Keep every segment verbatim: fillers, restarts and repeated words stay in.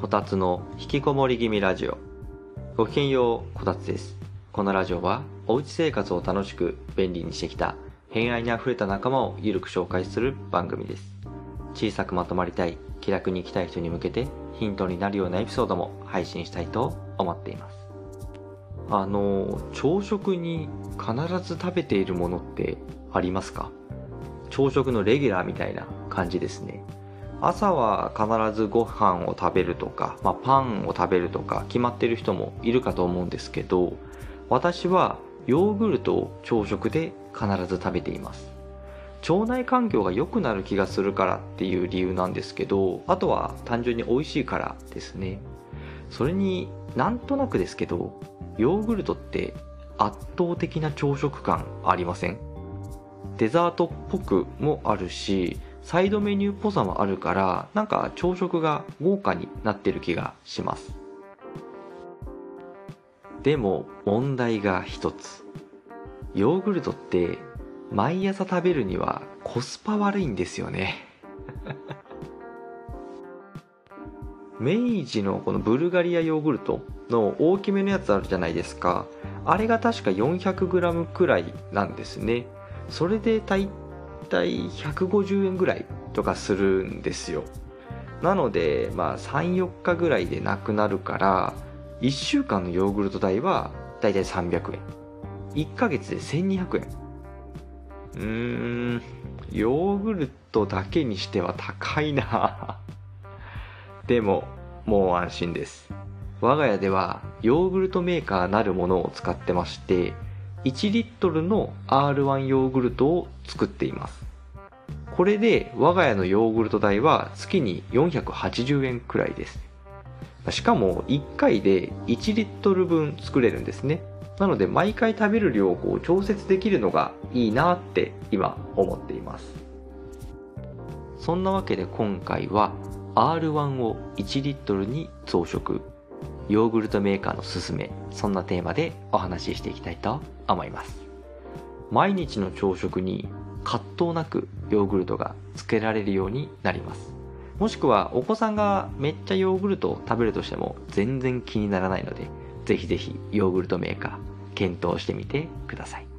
こたつの引きこもり気味ラジオ。ごきげんよう、こたつです。このラジオはおうち生活を楽しく便利にしてきた偏愛にあふれた仲間をゆるく紹介する番組です。小さくまとまりたい、気楽に生きたい人に向けてヒントになるようなエピソードも配信したいと思っています。あの朝食に必ず食べているものってありますか？朝食のレギュラーみたいな感じですね。朝は必ずご飯を食べるとか、まあ、パンを食べるとか決まってる人もいるかと思うんですけど、私はヨーグルトを朝食で必ず食べています。腸内環境が良くなる気がするからっていう理由なんですけど、あとは単純に美味しいからですね。それになんとなくですけど、ヨーグルトって圧倒的な朝食感ありません？デザートっぽくもあるし、サイドメニューっぽさもあるから、なんか朝食が豪華になってる気がします。でも問題が一つ。ヨーグルトって毎朝食べるにはコスパ悪いんですよね。明治のこのブルガリアヨーグルトの大きめのやつあるじゃないですか。あれが確か よんひゃくグラム くらいなんですね。それで大体ひゃくごじゅうえんぐらいとかするんですよ。なのでまあさん、よっかぐらいでなくなるから、いっしゅうかんのヨーグルト代は大体さんびゃくえん、いっかげつでせんにひゃくえん。うーんヨーグルトだけにしては高いな。でももう安心です。我が家ではヨーグルトメーカーなるものを使ってまして、いちリットルの アールワン ヨーグルトを作っています。これで我が家のヨーグルト代は月によんひゃくはちじゅうえんくらいです。しかもいっかいでいちリットルぶん作れるんですね。なので毎回食べる量をこう調節できるのがいいなって今思っています。そんなわけで今回は アールワン をいちリットルに増殖、ヨーグルトメーカーのすすめ、そんなテーマでお話ししていきたいと思います。毎日の朝食に葛藤なくヨーグルトがつけられるようになります。もしくはお子さんがめっちゃヨーグルトを食べるとしても全然気にならないので、ぜひぜひヨーグルトメーカー検討してみてください。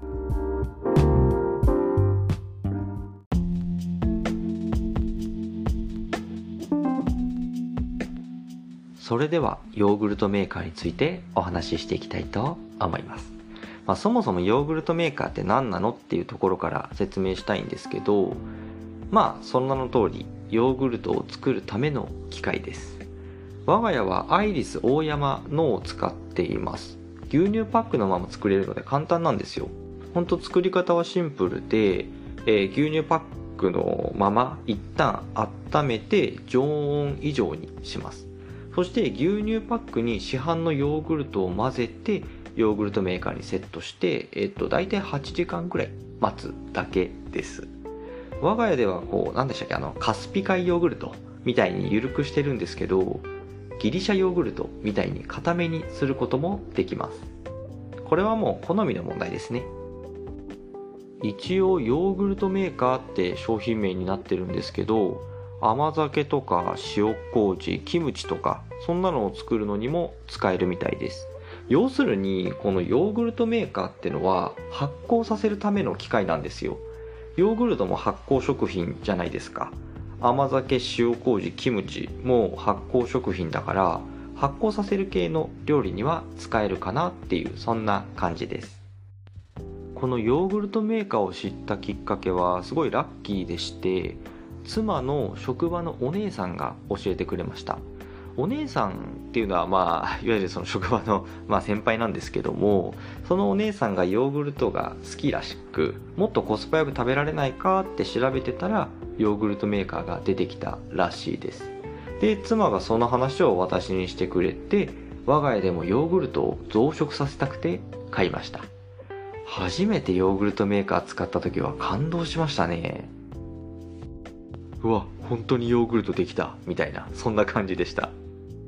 それではヨーグルトメーカーについてお話ししていきたいと思います。まあ、そもそもヨーグルトメーカーって何なのっていうところから説明したいんですけど、まあその名の通りヨーグルトを作るための機械です。我が家はアイリスオーヤマのを使っています。牛乳パックのまま作れるので簡単なんですよ。ほんと作り方はシンプルで、えー、牛乳パックのまま一旦温めて常温以上にします。そして牛乳パックに市販のヨーグルトを混ぜてヨーグルトメーカーにセットして、えっと、大体はちじかんくらい待つだけです。我が家ではこう、何でしたっけ、あの、カスピ海ヨーグルトみたいに緩くしてるんですけど、ギリシャヨーグルトみたいに固めにすることもできます。これはもう好みの問題ですね。一応ヨーグルトメーカーって商品名になってるんですけど、甘酒とか塩麹、キムチとかそんなのを作るのにも使えるみたいです。要するにこのヨーグルトメーカーってのは発酵させるための機械なんですよ。ヨーグルトも発酵食品じゃないですか。甘酒、塩麹、キムチも発酵食品だから、発酵させる系の料理には使えるかなっていう、そんな感じです。このヨーグルトメーカーを知ったきっかけはすごいラッキーでして、妻の職場のお姉さんが教えてくれました。お姉さんっていうのはまあいわゆるその職場のまあ先輩なんですけども、そのお姉さんがヨーグルトが好きらしく、もっとコスパよく食べられないかって調べてたらヨーグルトメーカーが出てきたらしいです。で、妻がその話を私にしてくれて、我が家でもヨーグルトを増殖させたくて買いました。初めてヨーグルトメーカー使った時は感動しましたね。うわ、本当にヨーグルトできたみたいな、そんな感じでした。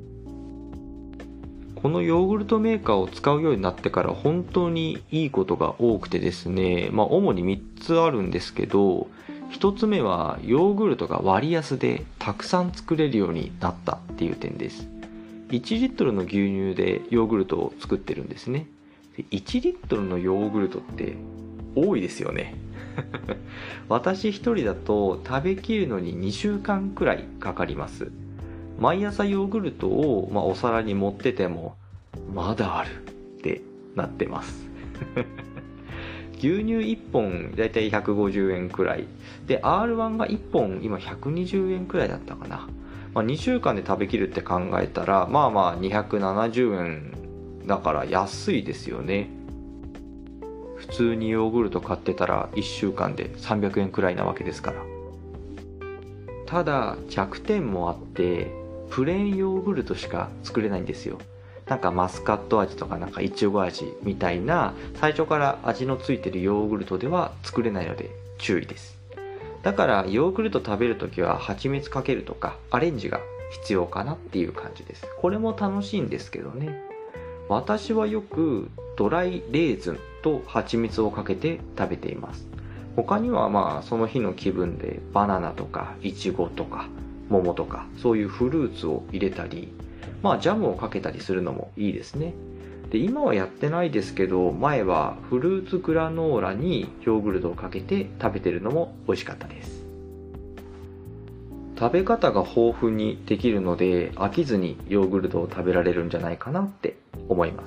このヨーグルトメーカーを使うようになってから本当にいいことが多くてですね、まあ主にみっつあるんですけど、 ひとつめはヨーグルトが割安でたくさん作れるようになったっていう点です。いちリットルの牛乳でヨーグルトを作ってるんですね。でいちリットルのヨーグルトって多いですよね。私一人だと食べきるのににしゅうかんくらいかかります。毎朝ヨーグルトを、まあ、お皿に盛っててもまだあるってなってます。牛乳いっぽんだいたいひゃくごじゅうえんくらいで アールワン がいっぽん今ひゃくにじゅうえんくらいだったかな、まあ、にしゅうかんで食べきるって考えたらまあまあにひゃくななじゅうえんだから安いですよね。普通にヨーグルト買ってたらいっしゅうかんでさんびゃくえんくらいなわけですから。ただ弱点もあってプレーンヨーグルトしか作れないんですよ。なんかマスカット味とかなんかいちご味みたいな最初から味のついてるヨーグルトでは作れないので注意です。だからヨーグルト食べるときは蜂蜜かけるとかアレンジが必要かなっていう感じです。これも楽しいんですけどね。私はよくドライレーズンと蜂蜜をかけて食べています。他にはまあその日の気分でバナナとかイチゴとか桃とかそういうフルーツを入れたり、まあジャムをかけたりするのもいいですね。で今はやってないですけど前はフルーツグラノーラにヨーグルトをかけて食べてるのも美味しかったです。食べ方が豊富にできるので飽きずにヨーグルトを食べられるんじゃないかなって思います。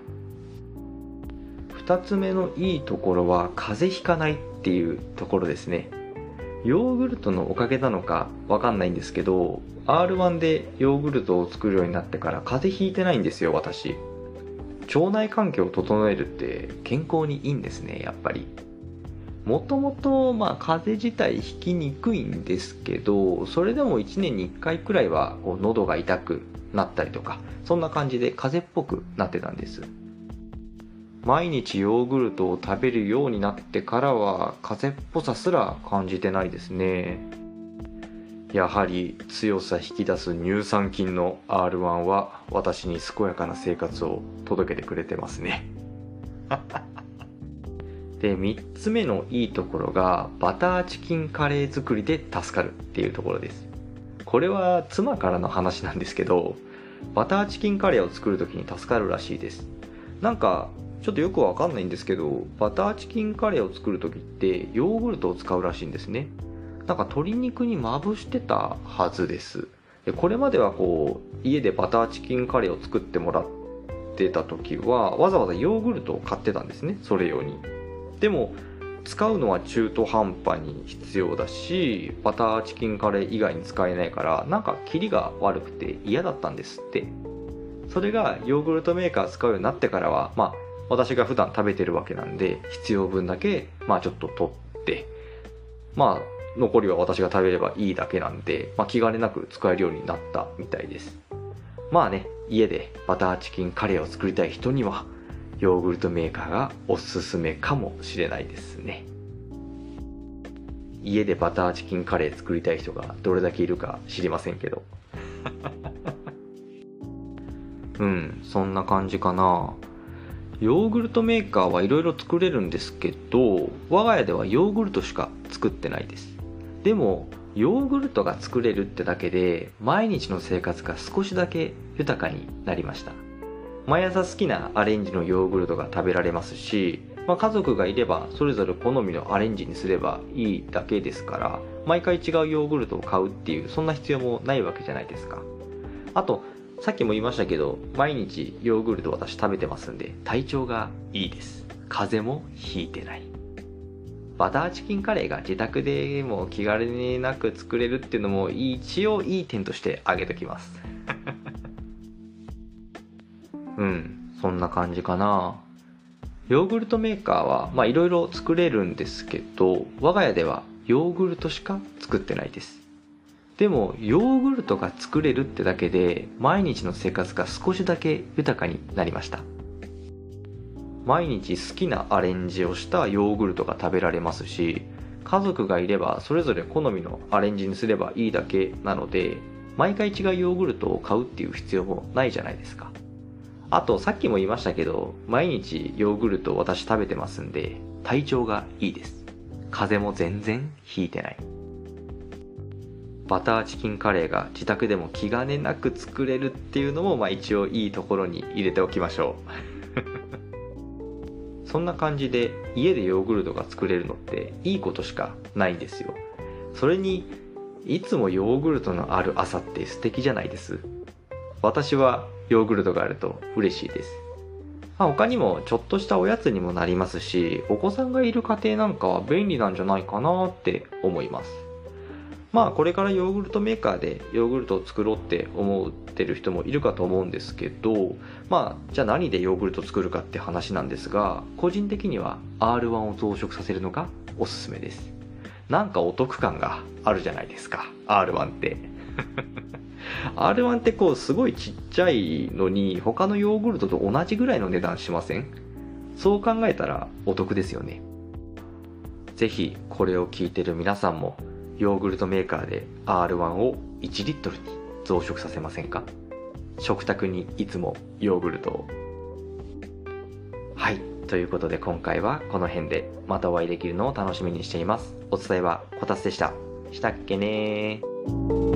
ふたつめのいいところは風邪ひかないっていうところですね。ヨーグルトのおかげなのかわかんないんですけど アールワン でヨーグルトを作るようになってから風邪ひいてないんですよ。私腸内環境を整えるって健康にいいんですね。やっぱりもともとまあ風邪自体ひきにくいんですけどそれでもいちねんにいっかいくらいはこう喉が痛くなったりとかそんな感じで風邪っぽくなってたんです。毎日ヨーグルトを食べるようになってからは風邪っぽさすら感じてないですね。やはり強さ引き出す乳酸菌の アールワン は私に健やかな生活を届けてくれてますね。でみっつめのいいところがバターチキンカレー作りで助かるっていうところです。これは妻からの話なんですけどバターチキンカレーを作るときに助かるらしいです。なんかちょっとよくわかんないんですけどバターチキンカレーを作るときってヨーグルトを使うらしいんですね。なんか鶏肉にまぶしてたはずです。でこれまではこう家でバターチキンカレーを作ってもらってた時はわざわざヨーグルトを買ってたんですね。それ用に。でも使うのは中途半端に必要だしバターチキンカレー以外に使えないからなんかキリが悪くて嫌だったんですって。それがヨーグルトメーカー使うようになってからはまあ私が普段食べてるわけなんで必要分だけまあちょっと取ってまあ残りは私が食べればいいだけなんで、まあ、気兼ねなく使えるようになったみたいです。まあね家でバターチキンカレーを作りたい人にはヨーグルトメーカーがおすすめかもしれないですね。家でバターチキンカレー作りたい人がどれだけいるか知りませんけどうんそんな感じかな。ヨーグルトメーカーはいろいろ作れるんですけど我が家ではヨーグルトしか作ってないです。でもヨーグルトが作れるってだけで毎日の生活が少しだけ豊かになりました。毎朝好きなアレンジのヨーグルトが食べられますし、まあ、家族がいればそれぞれ好みのアレンジにすればいいだけですから毎回違うヨーグルトを買うっていうそんな必要もないわけじゃないですか。あとさっきも言いましたけど毎日ヨーグルト私食べてますんで体調がいいです。風邪もひいてない。バターチキンカレーが自宅でも気軽になく作れるっていうのも一応いい点として挙げときますうんそんな感じかな。ヨーグルトメーカーはまあいろいろ作れるんですけど我が家ではヨーグルトしか作ってないです。でもヨーグルトが作れるってだけで毎日の生活が少しだけ豊かになりました。毎日好きなアレンジをしたヨーグルトが食べられますし家族がいればそれぞれ好みのアレンジにすればいいだけなので毎回違うヨーグルトを買うっていう必要もないじゃないですか。あとさっきも言いましたけど毎日ヨーグルトを私食べてますんで体調がいいです。 風邪も全然ひいてない。バターチキンカレーが自宅でも気兼ねなく作れるっていうのも、まあ一応いいところに入れておきましょうそんな感じで家でヨーグルトが作れるのっていいことしかないんですよ。それにいつもヨーグルトのある朝って素敵じゃないです。私はヨーグルトがあると嬉しいです。まあ、他にもちょっとしたおやつにもなりますし、お子さんがいる家庭なんかは便利なんじゃないかなって思います。まあこれからヨーグルトメーカーでヨーグルトを作ろうって思ってる人もいるかと思うんですけど、まあじゃあ何でヨーグルト作るかって話なんですが、個人的には アールワン を増殖させるのがおすすめです。なんかお得感があるじゃないですか アールワン ってアールワン ってこうすごいちっちゃいのに他のヨーグルトと同じぐらいの値段しません？そう考えたらお得ですよね。ぜひこれを聞いてる皆さんもヨーグルトメーカーで アールワン をいちリットルに増殖させませんか？食卓にいつもヨーグルトを。はい、ということで今回はこの辺で、またお会いできるのを楽しみにしています。お伝えはこたつでした。したっけねー。